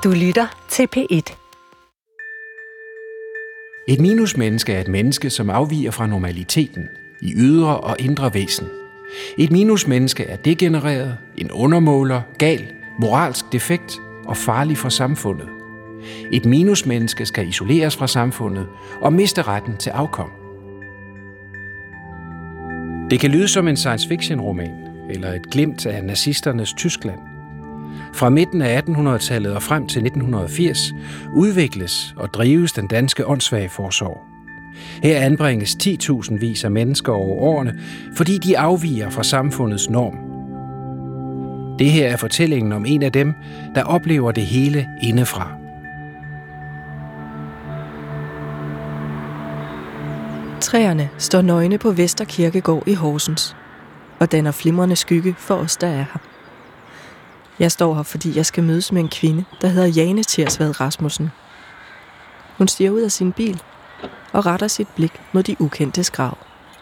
Du lytter til P1. Et minusmenneske er et menneske, som afviger fra normaliteten i ydre og indre væsen. Et minusmenneske er degenereret, en undermåler, gal, moralsk defekt og farlig for samfundet. Et minusmenneske skal isoleres fra samfundet og miste retten til afkom. Det kan lyde som en science fiction-roman eller et glimt af nazisternes Tyskland. Fra midten af 1800-tallet og frem til 1980 udvikles og drives den danske åndssvageforsorg. Her anbringes 10.000vis af mennesker over årene, fordi de afviger fra samfundets norm. Det her er fortællingen om en af dem, der oplever det hele indefra. Træerne står nøgne på Vester Kirkegård i Horsens og danner flimrende skygge for os, der er her. Jeg står her, fordi jeg skal mødes med en kvinde, der hedder Jane Tersvad Rasmussen. Hun stiger ud af sin bil og retter sit blik mod de ukendtes grav.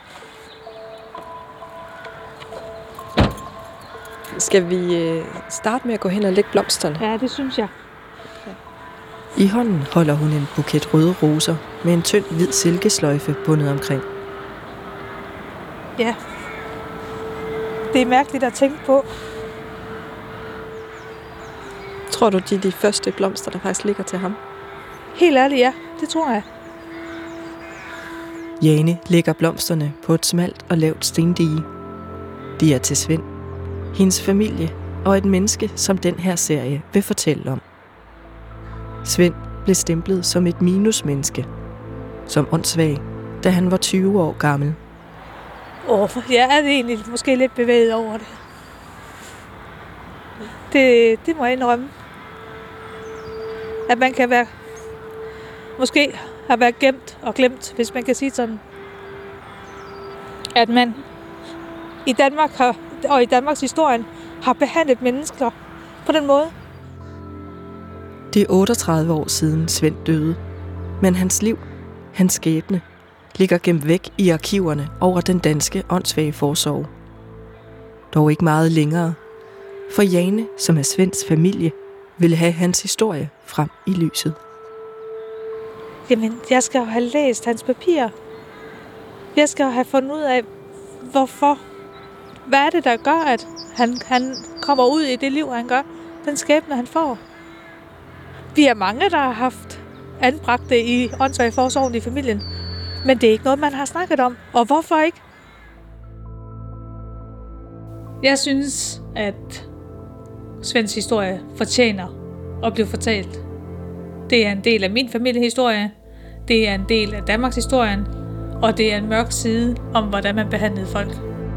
Skal vi starte med at gå hen og lægge blomsterne? Ja, det synes jeg. I hånden holder hun en buket røde roser med en tynd hvid silkesløjfe bundet omkring. Ja. Det er mærkeligt at tænke på. Tror du, de er de første blomster, der faktisk ligger til ham? Helt ærligt, ja. Det tror jeg. Jane lægger blomsterne på et smalt og lavt stendige. De er til Svend, hendes familie og et menneske, som den her serie vil fortælle om. Svend blev stemplet som et minusmenneske, som åndssvag, da han var 20 år gammel. Jeg er egentlig måske lidt bevæget over det. Det må jeg indrømme. At man kan være, måske har været gemt og glemt, hvis man kan sige sådan. At man i Danmark og i Danmarks historie har behandlet mennesker på den måde. Det er 38 år siden Svend døde, men hans liv, hans skæbne, ligger gemt væk i arkiverne over den danske åndssvageforsorg. Dog ikke meget længere, for Jane, som er Svends familie, ville have hans historie frem i lyset. Jamen, jeg skal jo have læst hans papirer. Jeg skal jo have fundet ud af, hvorfor. Hvad er det, der gør, at han kommer ud i det liv, han gør? Den skæbne, han får. Vi er mange, der har haft anbragte i åndssvageforsorgen i familien. Men det er ikke noget, man har snakket om. Og hvorfor ikke? Jeg synes, at Svends historie fortjener at blive fortalt. Det er en del af min familiehistorie. Det er en del af Danmarks historien. Og det er en mørk side om, hvordan man behandlede folk.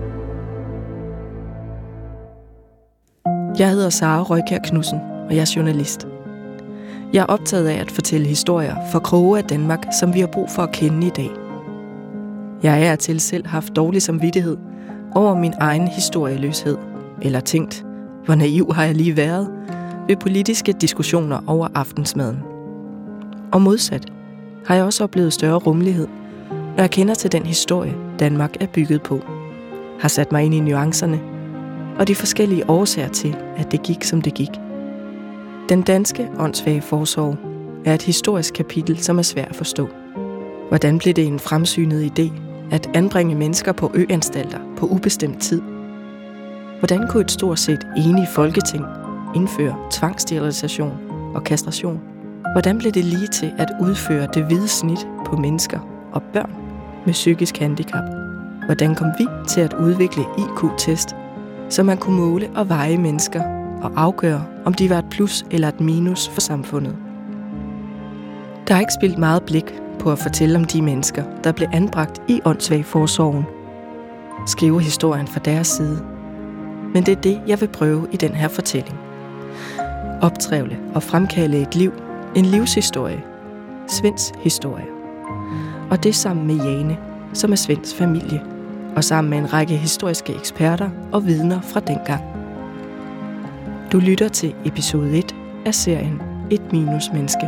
Jeg hedder Sara Røykjær Knudsen, og jeg er journalist. Jeg er optaget af at fortælle historier fra kroge af Danmark, som vi har brug for at kende i dag. Jeg er til selv haft dårlig samvittighed over min egen historieløshed, eller tænkt, hvor naiv har jeg lige været, ved politiske diskussioner over aftensmaden. Og modsat har jeg også oplevet større rummelighed, når jeg kender til den historie, Danmark er bygget på, har sat mig ind i nuancerne og de forskellige årsager til, at det gik, som det gik. Den danske åndssvageforsorg er et historisk kapitel, som er svært at forstå. Hvordan blev det en fremsynet idé at anbringe mennesker på øanstalter på ubestemt tid? Hvordan kunne et stort set enigt folketing indføre tvangssterilisation og kastration? Hvordan blev det lige til at udføre det hvide snit på mennesker og børn med psykisk handicap? Hvordan kom vi til at udvikle IQ-test, så man kunne måle og veje mennesker og afgøre, om de var et plus eller et minus for samfundet? Der er ikke spildt meget blik på at fortælle om de mennesker, der blev anbragt i åndssvageforsorgen. Skrive historien fra deres side. Men det er det, jeg vil prøve i den her fortælling. Optrævle og fremkalde et liv, en livshistorie, Svends historie. Og det sammen med Jane, som er Svends familie, og sammen med en række historiske eksperter og vidner fra dengang. Du lytter til episode 1 af serien Et minusmenneske.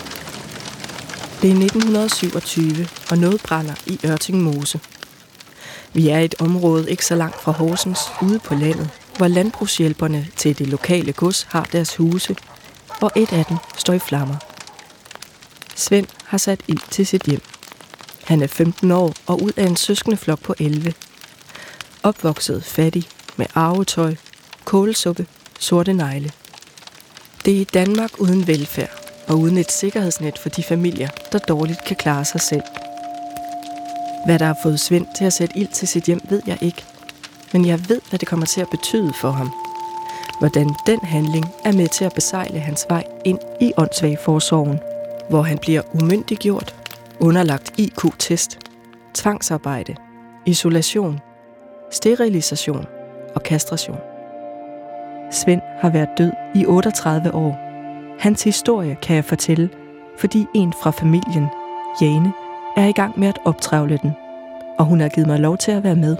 Det er 1927, og noget brænder i Ørting Mose. Vi er i et område ikke så langt fra Horsens, ude på landet, hvor landbrugshjælperne til det lokale gods har deres huse, og et af dem står i flammer. Svend har sat ild til sit hjem. Han er 15 år og ud af en søskendeflok på 11. Opvokset fattig med arvetøj, kålsuppe, sorte negle. Det er et Danmark uden velfærd og uden et sikkerhedsnet for de familier, der dårligt kan klare sig selv. Hvad der har fået Svend til at sætte ild til sit hjem, ved jeg ikke. Men jeg ved, hvad det kommer til at betyde for ham. Hvordan den handling er med til at besejle hans vej ind i åndssvageforsorgen, hvor han bliver umyndiggjort, underlagt IQ-test, tvangsarbejde, isolation, sterilisation og kastration. Svend har været død i 38 år. Hans historie kan jeg fortælle, fordi en fra familien, Jane, er i gang med at optrævle den, og hun har givet mig lov til at være med.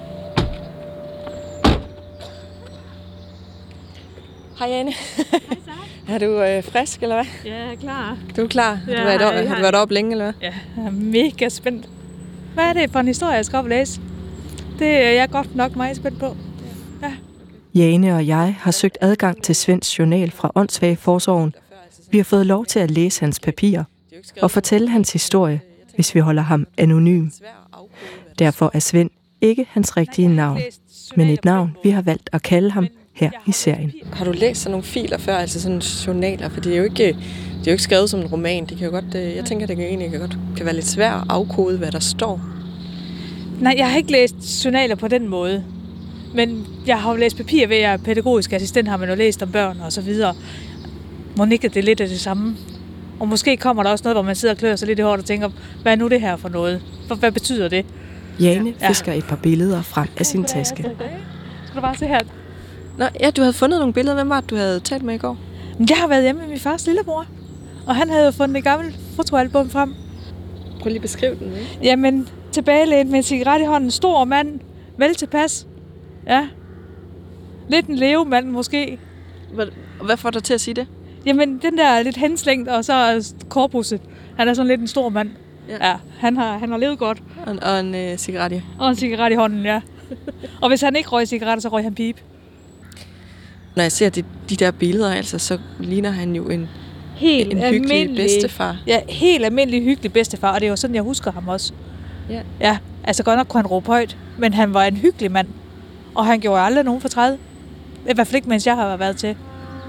Hej Jane. Er du frisk, eller hvad? Ja, jeg er klar. Du er klar? Ja, har du været oppe længe, eller hvad? Ja, jeg er mega spændt. Hvad er det for en historie, jeg skal op og læse? Det er jeg godt nok meget spændt på. Ja. Jane og jeg har søgt adgang til Svends journal fra Åndssvageforsorgen. Vi har fået lov til at læse hans papirer og fortælle hans historie, hvis vi holder ham anonym. Derfor er Svend ikke hans rigtige navn, men et navn, vi har valgt at kalde ham her i serien. Har du læst sådan nogle filer før, altså sådan journaler? For det er jo ikke skrevet som en roman. Det kan jo godt, jeg tænker, det kan være lidt svært at afkode, hvad der står. Nej, jeg har ikke læst journaler på den måde. Men jeg har jo læst papirer ved, at jeg er pædagogisk assistent, har man jo læst om børn og så videre. Må ikke det er lidt af det samme. Og måske kommer der også noget, hvor man sidder og klør sig lidt i hårdt og tænker, hvad er nu det her for noget? Hvad betyder det? Jane fisker et par billeder frem af sin taske. Skal du bare se her? Nå, ja, du havde fundet nogle billeder. Hvem var det, du havde talt med i går? Jeg har været hjemme med min fars lillebror. Og han havde jo fundet et gammelt fotoalbum frem. Prøv lige at beskrive den, ikke? Jamen, tilbagelænet med en cigaret i hånden. Stor mand. Vel tilpas. Ja. Lidt en levemand måske. Hvad får dig til at sige det? Jamen, den der er lidt henslængt, og så korpuset. Han er sådan lidt en stor mand. Ja, han har levet godt. Og en cigaret i. Og en cigaret i hånden, ja. Og hvis han ikke røg cigaretter, så røg han pipe. Når jeg ser de der billeder, altså, så ligner han jo en hyggelig bedstefar. Ja, helt almindelig hyggelig bedstefar, og det er jo sådan, jeg husker ham også. Ja. Ja, altså godt nok kunne han råbe højt, men han var en hyggelig mand. Og han gjorde aldrig nogen fortræd. I hvert fald ikke, mens jeg har været til.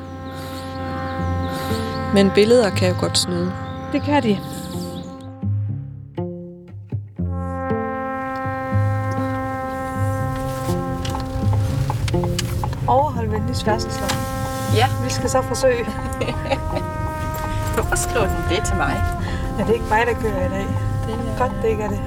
Men billeder kan jo godt snyde. Det kan de. Overhold venligst færdselsloven. Ja. Vi skal så forsøge. Hvorfor skriver den det til mig? Ja, det er ikke mig, der kører i dag. Det er godt, det ikke er det.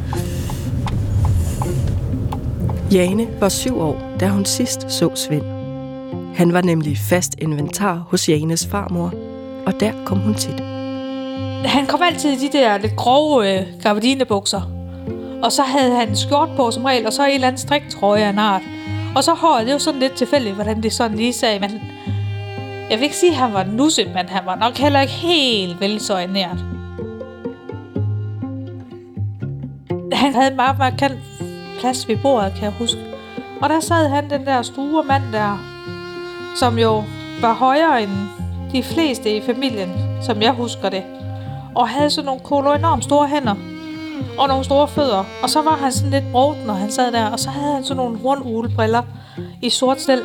Jane var 7 år, da hun sidst så Svend. Han var nemlig fast inventar hos Janes farmor, og der kom hun tit. Han kom altid i de der lidt grove gabardinebukser. Og så havde han skjort på som regel, og så en eller anden striktrøje af en art. Og så håret, det var sådan lidt tilfældigt, hvordan det sådan lige sagde. Men jeg vil ikke sige, at han var nusset, men han var nok heller ikke helt velsøjnært. Han havde en meget markant plads ved bordet, kan jeg huske. Og der sad han, den der store mand der, som jo var højere end de fleste i familien, som jeg husker det. Og havde sådan nogle enormt store hænder og nogle store fødder. Og så var han sådan lidt broget, når han sad der. Og så havde han sådan nogle hornulebriller i sort stel.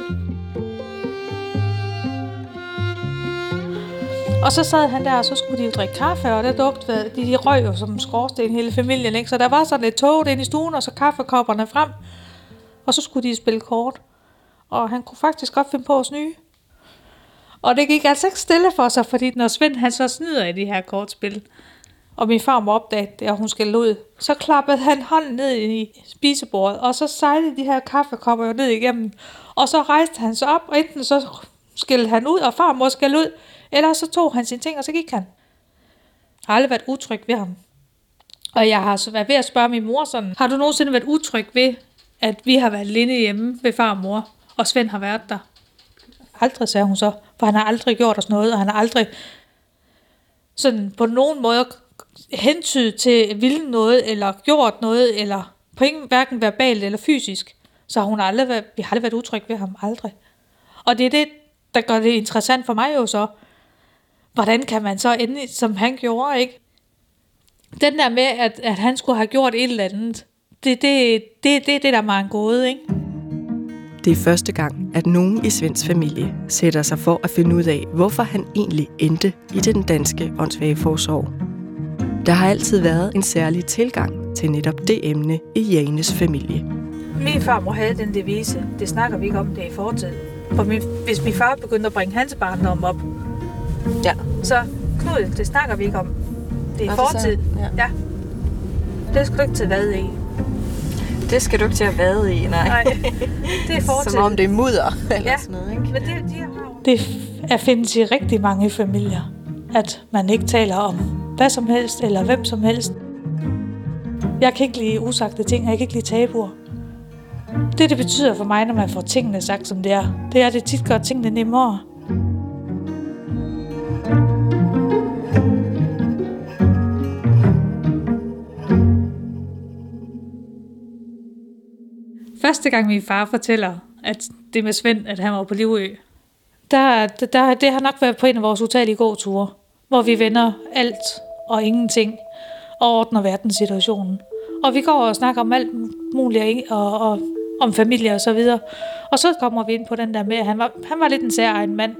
Og så sad han der, og så skulle de jo drikke kaffe, og det dugtede, de røg jo som skorsten hele familien, ikke? Så der var sådan et tog ind i stuen, og så kaffekopperne frem. Og så skulle de spille kort. Og han kunne faktisk godt finde på at snyde. Og det gik altså ikke stille for sig, fordi når Svend han så snyder i de her kortspil, og min far må opdage det, og hun skældte ud, så klappede han hånden ned i spisebordet, og så sejlede de her kaffekopper jo ned igennem. Og så rejste han sig op, og enten så skældte han ud, og far må skælde ud, eller så tog han sine ting, og så gik han. Jeg har aldrig været utryg ved ham. Og jeg har været ved at spørge min mor sådan, har du nogensinde været utryg ved, at vi har været alene hjemme ved far og mor, og Svend har været der? Aldrig, sagde hun så, for han har aldrig gjort os noget, og han har aldrig sådan på nogen måde hentydet til ville noget, eller gjort noget, eller på på ingen hverken verbalt eller fysisk. Så har vi har aldrig været utrygge ved ham, aldrig. Og det er det, der gør det interessant for mig jo så. Hvordan kan man så ende, som han gjorde, ikke? Den der med, at han skulle have gjort et eller andet, det der er meget en gåde, ikke? Det er første gang, at nogen i Svends familie sætter sig for at finde ud af, hvorfor han egentlig endte i den danske åndssvageforsorg. Der har altid været en særlig tilgang til netop det emne i Janes familie. Min farmor havde den devise, det snakker vi ikke om, det er i fortid. For hvis min far begyndte at bringe hans barndom op, så Knud, det snakker vi ikke om. Det er fortid. Ja. Det skal du ikke til at vade i. Det skal du ikke til at vade i, nej. Det er fortid. Som om det er mudder eller sådan noget, ikke? Men det findes i rigtig mange familier, at man ikke taler om hvad som helst eller hvem som helst. Jeg kan ikke lide usagte ting, jeg kan ikke lide tabuer. Det betyder for mig, når man får tingene sagt som det er, det er, at det tit gør tingene nemmere. Første gang min far fortæller, at det med Svend, at han var på Livø, det har nok været på en af vores utallige gåture, hvor vi vender alt og ingenting og ordner verdenssituationen. Og vi går og snakker om alt muligt og om familie og så videre. Og så kommer vi ind på den der med, at han var lidt en særegen mand.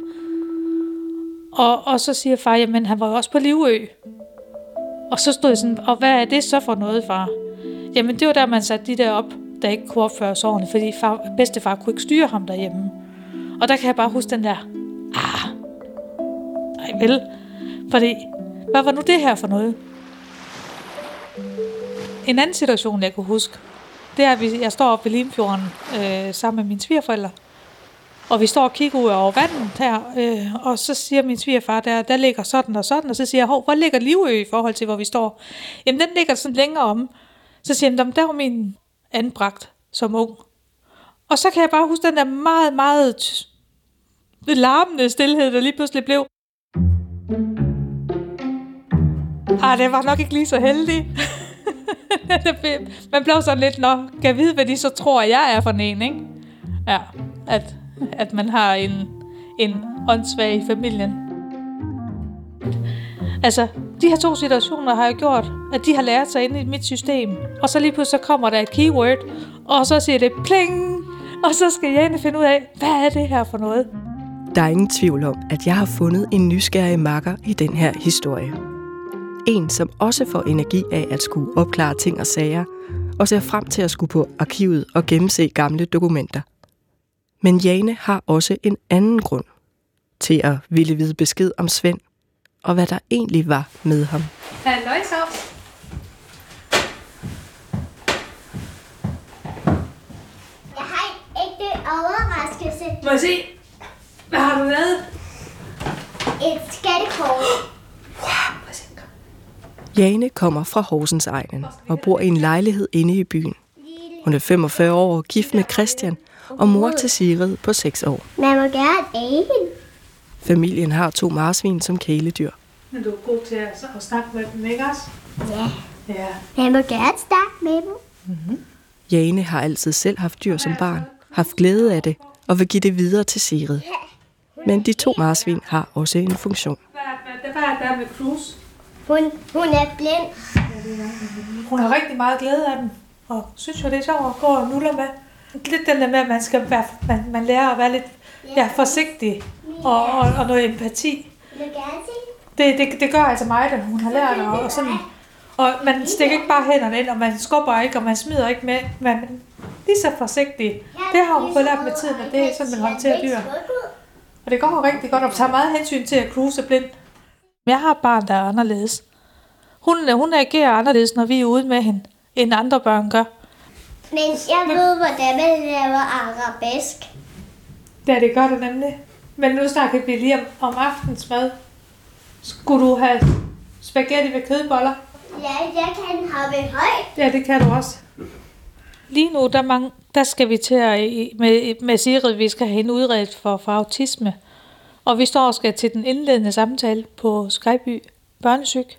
Og så siger far, jamen han var jo også på Livø. Og så stod jeg sådan, og hvad er det så for noget, far? Jamen det var der, man satte de der op, der ikke kunne opføre sig ordentligt, fordi bedstefar kunne ikke styre ham derhjemme. Og der kan jeg bare huske den der, nej vel, fordi, hvad var nu det her for noget? En anden situation, jeg kunne huske, det er, at jeg står oppe ved Limfjorden sammen med mine svigerforældre, og vi står og kigger ud over vandet her, og så siger min svigerfar, der ligger sådan og sådan, og så siger jeg, hvor ligger Livø i forhold til, hvor vi står? Jamen, den ligger sådan længere om. Så siger han, der var min anbragt som ung. Og så kan jeg bare huske den der meget, meget larmende stilhed, der lige pludselig blev. Det var nok ikke lige så heldig. Man blev sådan lidt, kan jeg vide, hvad de så tror, jeg er for en, ikke? Ja, at man har en åndssvag i familien. Altså, de her to situationer har jeg gjort, at de har lært sig inde i mit system. Og så lige pludselig så kommer der et keyword, og så siger det pling, og så skal Jane finde ud af, hvad er det her for noget? Der er ingen tvivl om, at jeg har fundet en nysgerrig makker i den her historie. En, som også får energi af at skulle opklare ting og sager, og ser frem til at skulle på arkivet og gennemse gamle dokumenter. Men Jane har også en anden grund til at ville vide besked om Svend, og hvad der egentlig var med ham. Halløj, Sovs. Jeg har en ægte overraskelse. Må jeg se? Hvad har du lavet? Et skattekort. Jane kommer fra Horsens egnen og bor i en lejlighed inde i byen. Hun er 45 år og gift med Christian og mor til Sigrid på 6 år. Man må gerne æge. Familien har 2 marsvin som kæledyr. Men du er god til at snakke med dem, ikke også? Ja. Man må gerne snakke med dem. Mm-hmm. Jane har altid selv haft dyr som barn, haft glæde af det og vil give det videre til Sigrid. Men de 2 marsvin har også en funktion. Hvad er der med Cruz? Hun er blind. Hun har rigtig meget glæde af dem, og synes jo, det er sjovt at gå og nulle med. Lidt den der med, at man skal man lærer at være lidt forsigtig og noget empati. Det gør altså mig, at hun har lært og sådan. Og man stikker ikke bare hænderne ind, og man skubber ikke, og man smider ikke med. Men lige så forsigtig. Det har hun fået lært med tiden, at det er sådan, man håndterer dyr. Og det går rigtig godt, og tager meget hensyn til, at Cruz er blind. Jeg har et barn, der er anderledes. Hun agerer anderledes, når vi er ude med hende, end andre børn gør. Men jeg ved, hvordan man laver arabesk. Ja, det gør du nemlig. Men nu snakker vi lige om aftensmad. Skulle du have spaghetti med kødboller? Ja, jeg kan have højt. Ja, det kan du også. Lige nu, der skal vi til med Sigrid, vi skal have hende udredt for autisme. Og vi står og skal til den indledende samtale på Skyby Børnesyg.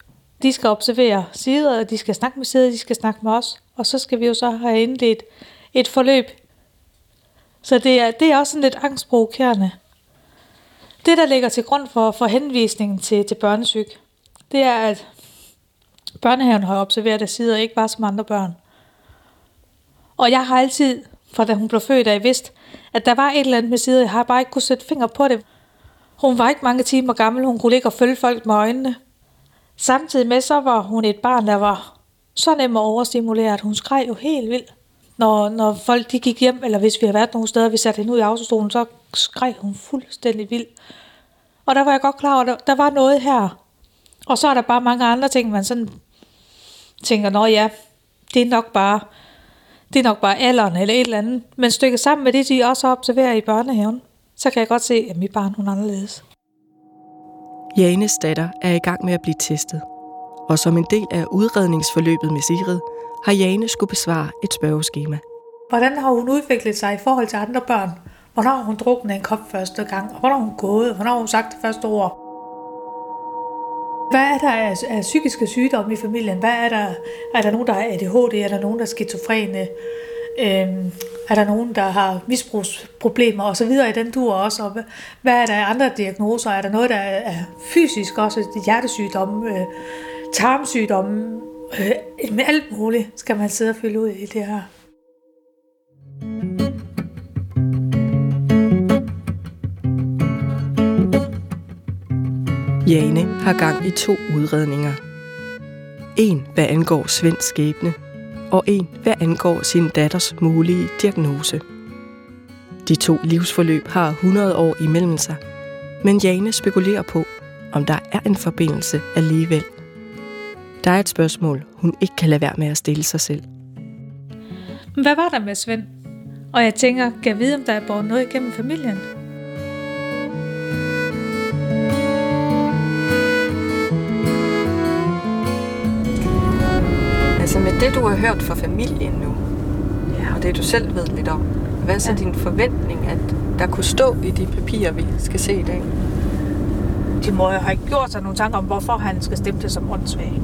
De skal observere Sigrid, og de skal snakke med Sigrid, de skal snakke med os. Og så skal vi jo så have indledt et forløb. Så det er også sådan lidt angstprovokerende. Det, der ligger til grund for henvisningen til børnesyg, det er, at børnehaven har observeret, at Sigrid ikke var som andre børn. Og jeg har altid, fra da hun blev født, at jeg vidste, at der var et eller andet med Sigrid. Jeg har bare ikke kunne sætte finger på det. Hun var ikke mange timer gammel. Hun kunne ligge og følge folk med øjnene. Samtidig med, så var hun et barn, der var så nem at overstimulere, at hun skreg jo helt vildt. Når folk de gik hjem, eller hvis vi havde været nogle steder, vi satte hende ud i autostolen, så skreg hun fuldstændig vildt. Og der var jeg godt klar over, at der var noget her. Og så er der bare mange andre ting, man sådan tænker, nå ja, det er nok bare alderen eller et eller andet. Men stykket sammen med det, de også observerer i børnehaven, så kan jeg godt se, at mit barn hun er anderledes. Janes datter er i gang med at blive testet. Og som en del af udredningsforløbet med Sigrid, har Jane skulle besvare et spørgeskema. Hvordan har hun udviklet sig i forhold til andre børn? Hvornår har hun druknet en kop første gang? Og hvornår har hun gået? Hvornår har hun sagt det første ord? Hvad er der af psykiske sygdomme i familien? Hvad er der? Er der nogen, der har ADHD? Er der nogen, der er skizofrene? Er der nogen, der har misbrugsproblemer og så videre i den dur også? Og hvad er der af andre diagnoser? Er der noget, der er fysisk også? Hjertesygdomme, tarmsygdomme? Med alt muligt skal man sidde og fylde ud i det her. Jane har gang i 2 udredninger. En, hvad angår Svends skæbne, og en, hvad angår sin datters mulige diagnose. De 2 livsforløb har 100 år imellem sig, men Jane spekulerer på, om der er en forbindelse alligevel. Der er et spørgsmål, hun ikke kan lade være med at stille sig selv. Hvad var der med Svend? Og jeg tænker, kan jeg vide, om der er båret noget igennem familien? Altså med det, du har hørt fra familien nu, og det du selv ved lidt om, hvad er så din forventning, at der kunne stå i de papirer, vi skal se i dag? De må jo have gjort sig nogle tanker om, hvorfor han skal stemme det som åndssvag.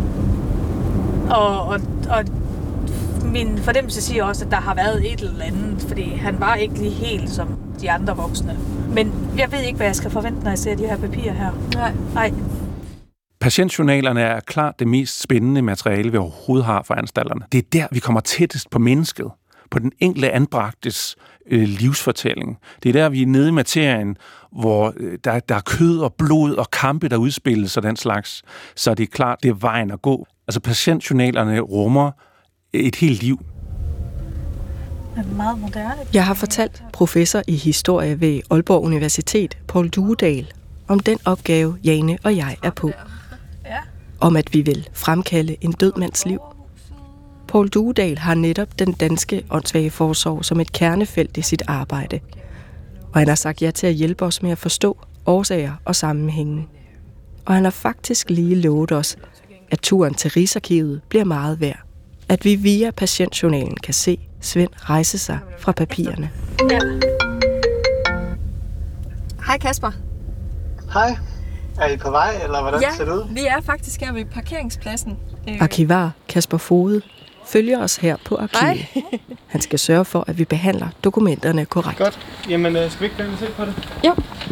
Og min fornemmelse siger også, at der har været et eller andet, fordi han var ikke lige helt som de andre voksne. Men jeg ved ikke, hvad jeg skal forvente, når jeg ser de her papirer her. Nej. Patientjournalerne er klart det mest spændende materiale, vi overhovedet har for anstalterne. Det er der, vi kommer tættest på mennesket, på den enkelte anbragtes livsfortælling. Det er der, vi er nede i materien, hvor der er kød og blod og kampe, der udspilles og den slags. Så det er klart, det er vejen at gå. Altså patientjournalerne rummer et helt liv. Det er meget moderne. Jeg har fortalt professor i historie ved Aalborg Universitet, Poul Duedahl, om den opgave, Jane og jeg er på. Om at vi vil fremkalde en død mands liv. Poul Duedahl har netop den danske åndssvageforsorg som et kernefelt i sit arbejde. Og han har sagt ja til at hjælpe os med at forstå årsager og sammenhænge. Og han har faktisk lige lovet os, at turen til Rigsarkivet bliver meget værd. At vi via patientjournalen kan se Svend rejse sig fra papirerne. Ja. Hej Kasper. Hej. Er I på vej, eller hvordan ser det ud? Vi er faktisk her ved parkeringspladsen. Arkivar Kasper Fode følger os her på arkivet. Hej. Han skal sørge for, at vi behandler dokumenterne korrekt. Godt. Jamen, skal vi ikke begynde at se på det? Jo.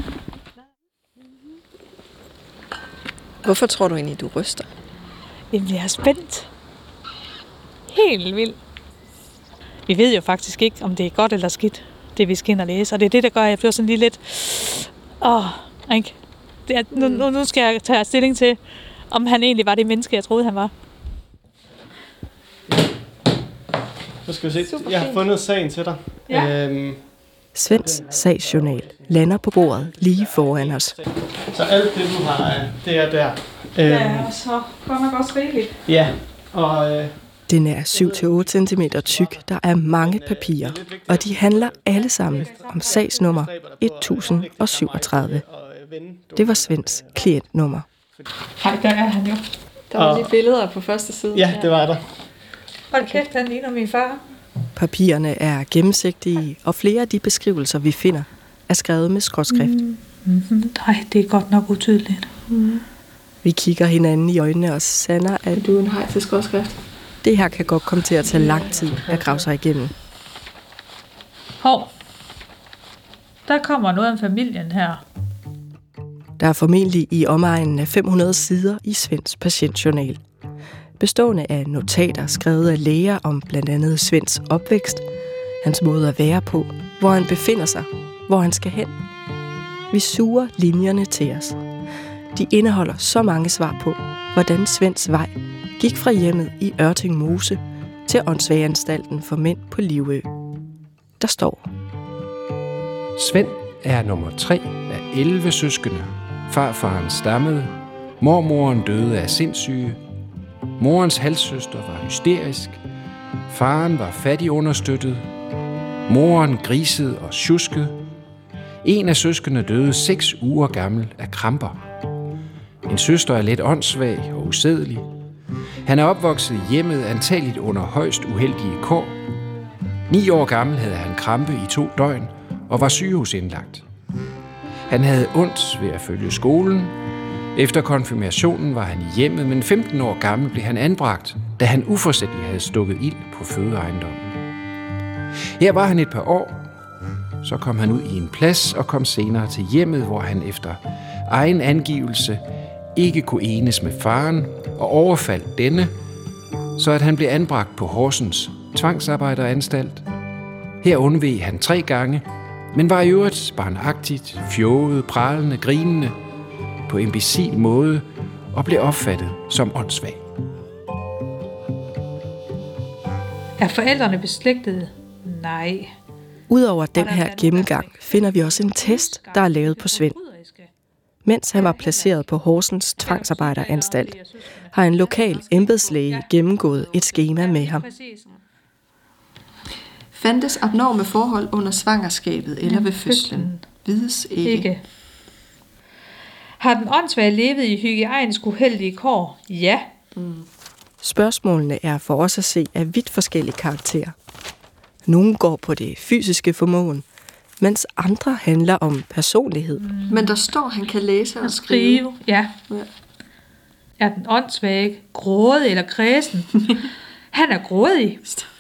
Hvorfor tror du egentlig, du ryster? Jamen, jeg er spændt. Helt vildt. Vi ved jo faktisk ikke, om det er godt eller skidt, det vi skal ind og læse. Og det er det, der gør, at jeg bliver sådan lige lidt... ikke? Nu skal jeg tage stilling til, om han egentlig var det menneske, jeg troede, han var. Så skal vi se. Jeg har fundet sagen til dig. Ja. Svends sagsjournal lander på bordet lige foran os. Så alt det, du har, det er der. Ja, og så godt nok også rigeligt. Ja, og... Den er 7-8 cm tyk. Der er mange papirer, og de handler alle sammen om sagsnummer 1037. Det var Svends klientnummer. Hej, der er han jo. Der var lige billeder på første side. Ja, det var der. Hold kæft, han ligner min far. Papirerne er gennemsigtige, og flere af de beskrivelser, vi finder, er skrevet med skråtskrift. Nej, det er godt nok utydeligt. Vi kigger hinanden i øjnene og sander, at Du er en hajfisk-opskrift. det her kan godt komme til at tage lang tid at grave sig igennem. Hov, der kommer noget om familien her. Der er formentlig i omegnen af 500 sider i Svends patientjournal, bestående af notater skrevet af læger om blandt andet Svends opvækst, hans måde at være på, hvor han befinder sig, hvor han skal hen. Vi suger linjerne til os. De indeholder så mange svar på, hvordan Svends vej gik fra hjemmet i Ørting Mose til Åndssvageanstalten for mænd på Livø. Der står: Svend er nummer 3 af 11 søskende. Farfaren stammede. Mormoren døde af sindssyge. Morens halvsøster var hysterisk. Faren var fattig understøttet. Moren grisede og sjuskede. En af søskende døde 6 uger gammel af kramper. En søster er lidt åndssvag og usædelig. Han er opvokset i hjemmet antageligt under højst uheldige kår. 9 år gammel havde han krampe i 2 døgn og var sygehusindlagt. Han havde ondt ved at følge skolen. Efter konfirmationen var han i hjemmet, men 15 år gammel blev han anbragt, da han uforsætligt havde stukket ild på fødeejendommen. Her var han et par år. Så kom han ud i en plads og kom senere til hjemmet, hvor han efter egen angivelse ikke kunne enes med faren og overfaldt denne, så at han blev anbragt på Horsens tvangsarbejderanstalt. Her undveg han 3 gange, men var i øvrigt barnagtigt, fjollet, pralende, grinende på imbecil måde og blev opfattet som åndssvag. Er forældrene beslægtede? Nej. Udover den her gennemgang finder vi også en test, der er lavet på Svend. Mens han var placeret på Horsens tvangsarbejderanstalt, har en lokal embedslæge gennemgået et skema med ham. Fandtes abnorme forhold under svangerskabet eller ved fødslen? Vides ikke. Har den åndssvage levet i hygiejnisk uheldige kår? Ja. Spørgsmålene er for os at se af vidt forskellige karakterer. Nogle går på det fysiske formåen, mens andre handler om personlighed. Men der står, at han kan læse og skrive. Ja. Er den åndssvage grådig eller kræsen? Han er grådig.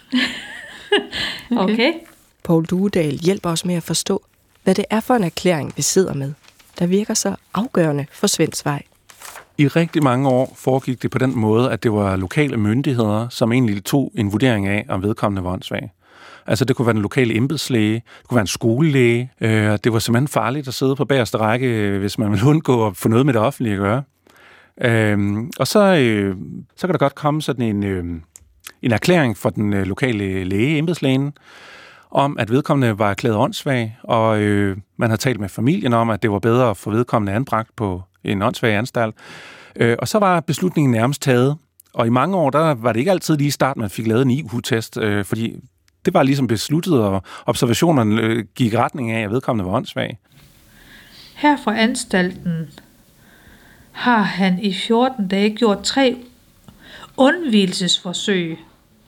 Okay. Poul Duedal hjælper os med at forstå, hvad det er for en erklæring, vi sidder med, der virker så afgørende for Svends vej. I rigtig mange år foregik det på den måde, at det var lokale myndigheder, som egentlig tog en vurdering af, om vedkommende var åndssvag. Altså det kunne være den lokale embedslæge, det kunne være en skolelæge. Det var simpelthen farligt at sidde på bagerste række, hvis man ville undgå at få noget med det offentlige at gøre. Og så kan der godt komme sådan en erklæring fra den lokale læge, embedslægen, om at vedkommende var erklæret åndssvag, og man havde talt med familien om, at det var bedre at få vedkommende anbragt på en åndssvag anstalt. Og så var beslutningen nærmest taget. Og i mange år, der var det ikke altid lige i starten, man fik lavet en IQ-test, fordi det var ligesom besluttet, og observationerne gik i retning af, at vedkommende var åndssvag. Her fra anstalten har han i 14 dage gjort 3 undvigelsesforsøg.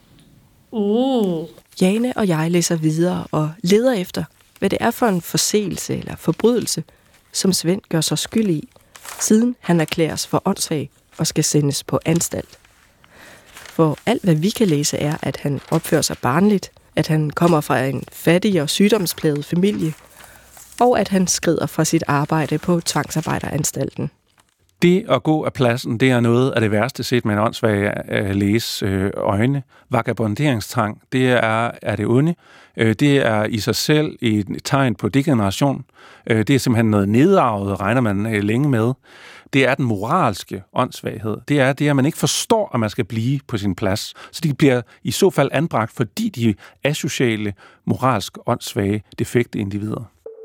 Jane og jeg læser videre og leder efter, hvad det er for en forseelse eller forbrydelse, som Svend gør sig skyld i, siden han erklæres for åndssvag og skal sendes på anstalt. For alt, hvad vi kan læse, er, at han opfører sig barnligt, at han kommer fra en fattig og sygdomsplaget familie, og at han skrider fra sit arbejde på tvangsarbejderanstalten. Det at gå af pladsen, det er noget af det værste set med en åndssvag læges øjne. Vagabonderingstrang, det er det onde. Det er i sig selv et tegn på degeneration. Det er simpelthen noget nedarvet, regner man længe med. Det er den moralske åndssvaghed. Det er det, at man ikke forstår, at man skal blive på sin plads. Så de bliver i så fald anbragt, fordi de er asociale, moralsk åndssvage, defekte individer.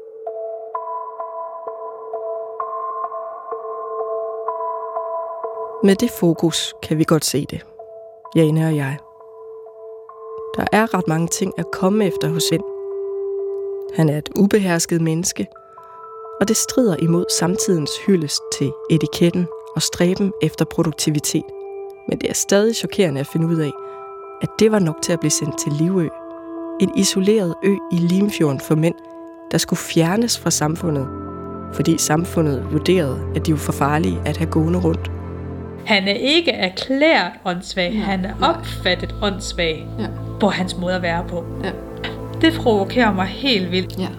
Med det fokus kan vi godt se det, Jane og jeg. Der er ret mange ting at komme efter hos Svend. Han er et ubehersket menneske, og det strider imod samtidens hyldest til etiketten og stræben efter produktivitet. Men det er stadig chokerende at finde ud af, at det var nok til at blive sendt til Livø. En isoleret ø i Limfjorden for mænd, der skulle fjernes fra samfundet, fordi samfundet vurderede, at de var for farlige at have gående rundt. Han er ikke erklæret åndssvag, han er opfattet åndssvag på hans måde at være på. Ja. Det provokerer mig helt vildt. Ja.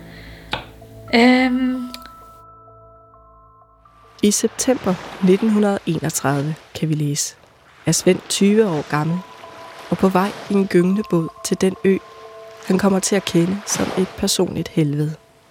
I september 1931 kan vi læse, er Svend 20 år gammel og på vej i en gyngende båd til den ø, han kommer til at kende som et personligt helvede.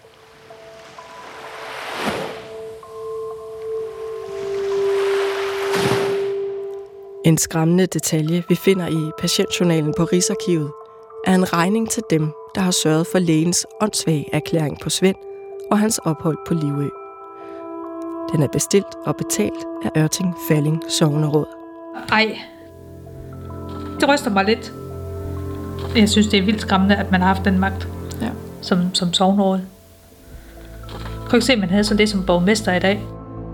En skræmmende detalje, vi finder i patientjournalen på Rigsarkivet, er en regning til dem, der har sørget for lægens åndssvage erklæring på Svend og hans ophold på Livø. Den er bestilt og betalt af Ørting Falling Sogneråd. Ej, det ryster mig lidt. Jeg synes, det er vildt skræmmende, at man har haft den magt som sogneråd. Jeg kan ikke se, at man havde sådan det som borgmester i dag.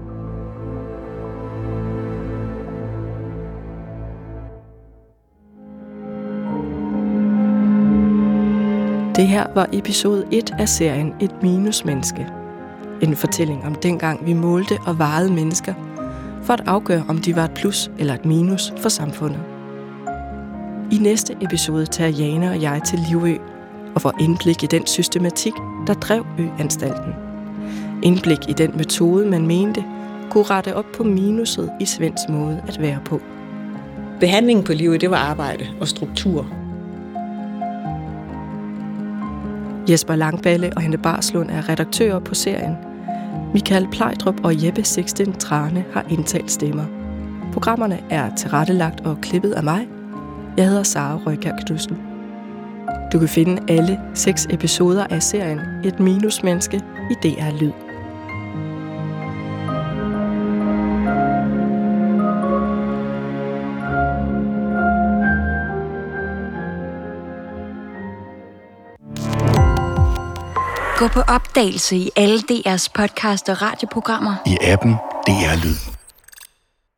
Det her var episode 1 af serien Et minusmenneske. En fortælling om dengang vi målte og vejede mennesker, for at afgøre om de var et plus eller et minus for samfundet. I næste episode tager Jane og jeg til Livø og får indblik i den systematik, der drev Ø-anstalten. Indblik i den metode, man mente, kunne rette op på minuset i Svends måde at være på. Behandlingen på Livø, det var arbejde og struktur. Jesper Langballe og Hanne Barslund er redaktører på serien. Michael Plejdrup og Jeppe Sixten Trane har indtalt stemmer. Programmerne er tilrettelagt og klippet af mig. Jeg hedder Sara Røykjær Knudsen. Du kan finde alle 6 episoder af serien Et minusmenneske i DR Lyd. Gå på opdagelse i alle DR's podcast og radioprogrammer. I appen DR Lyd.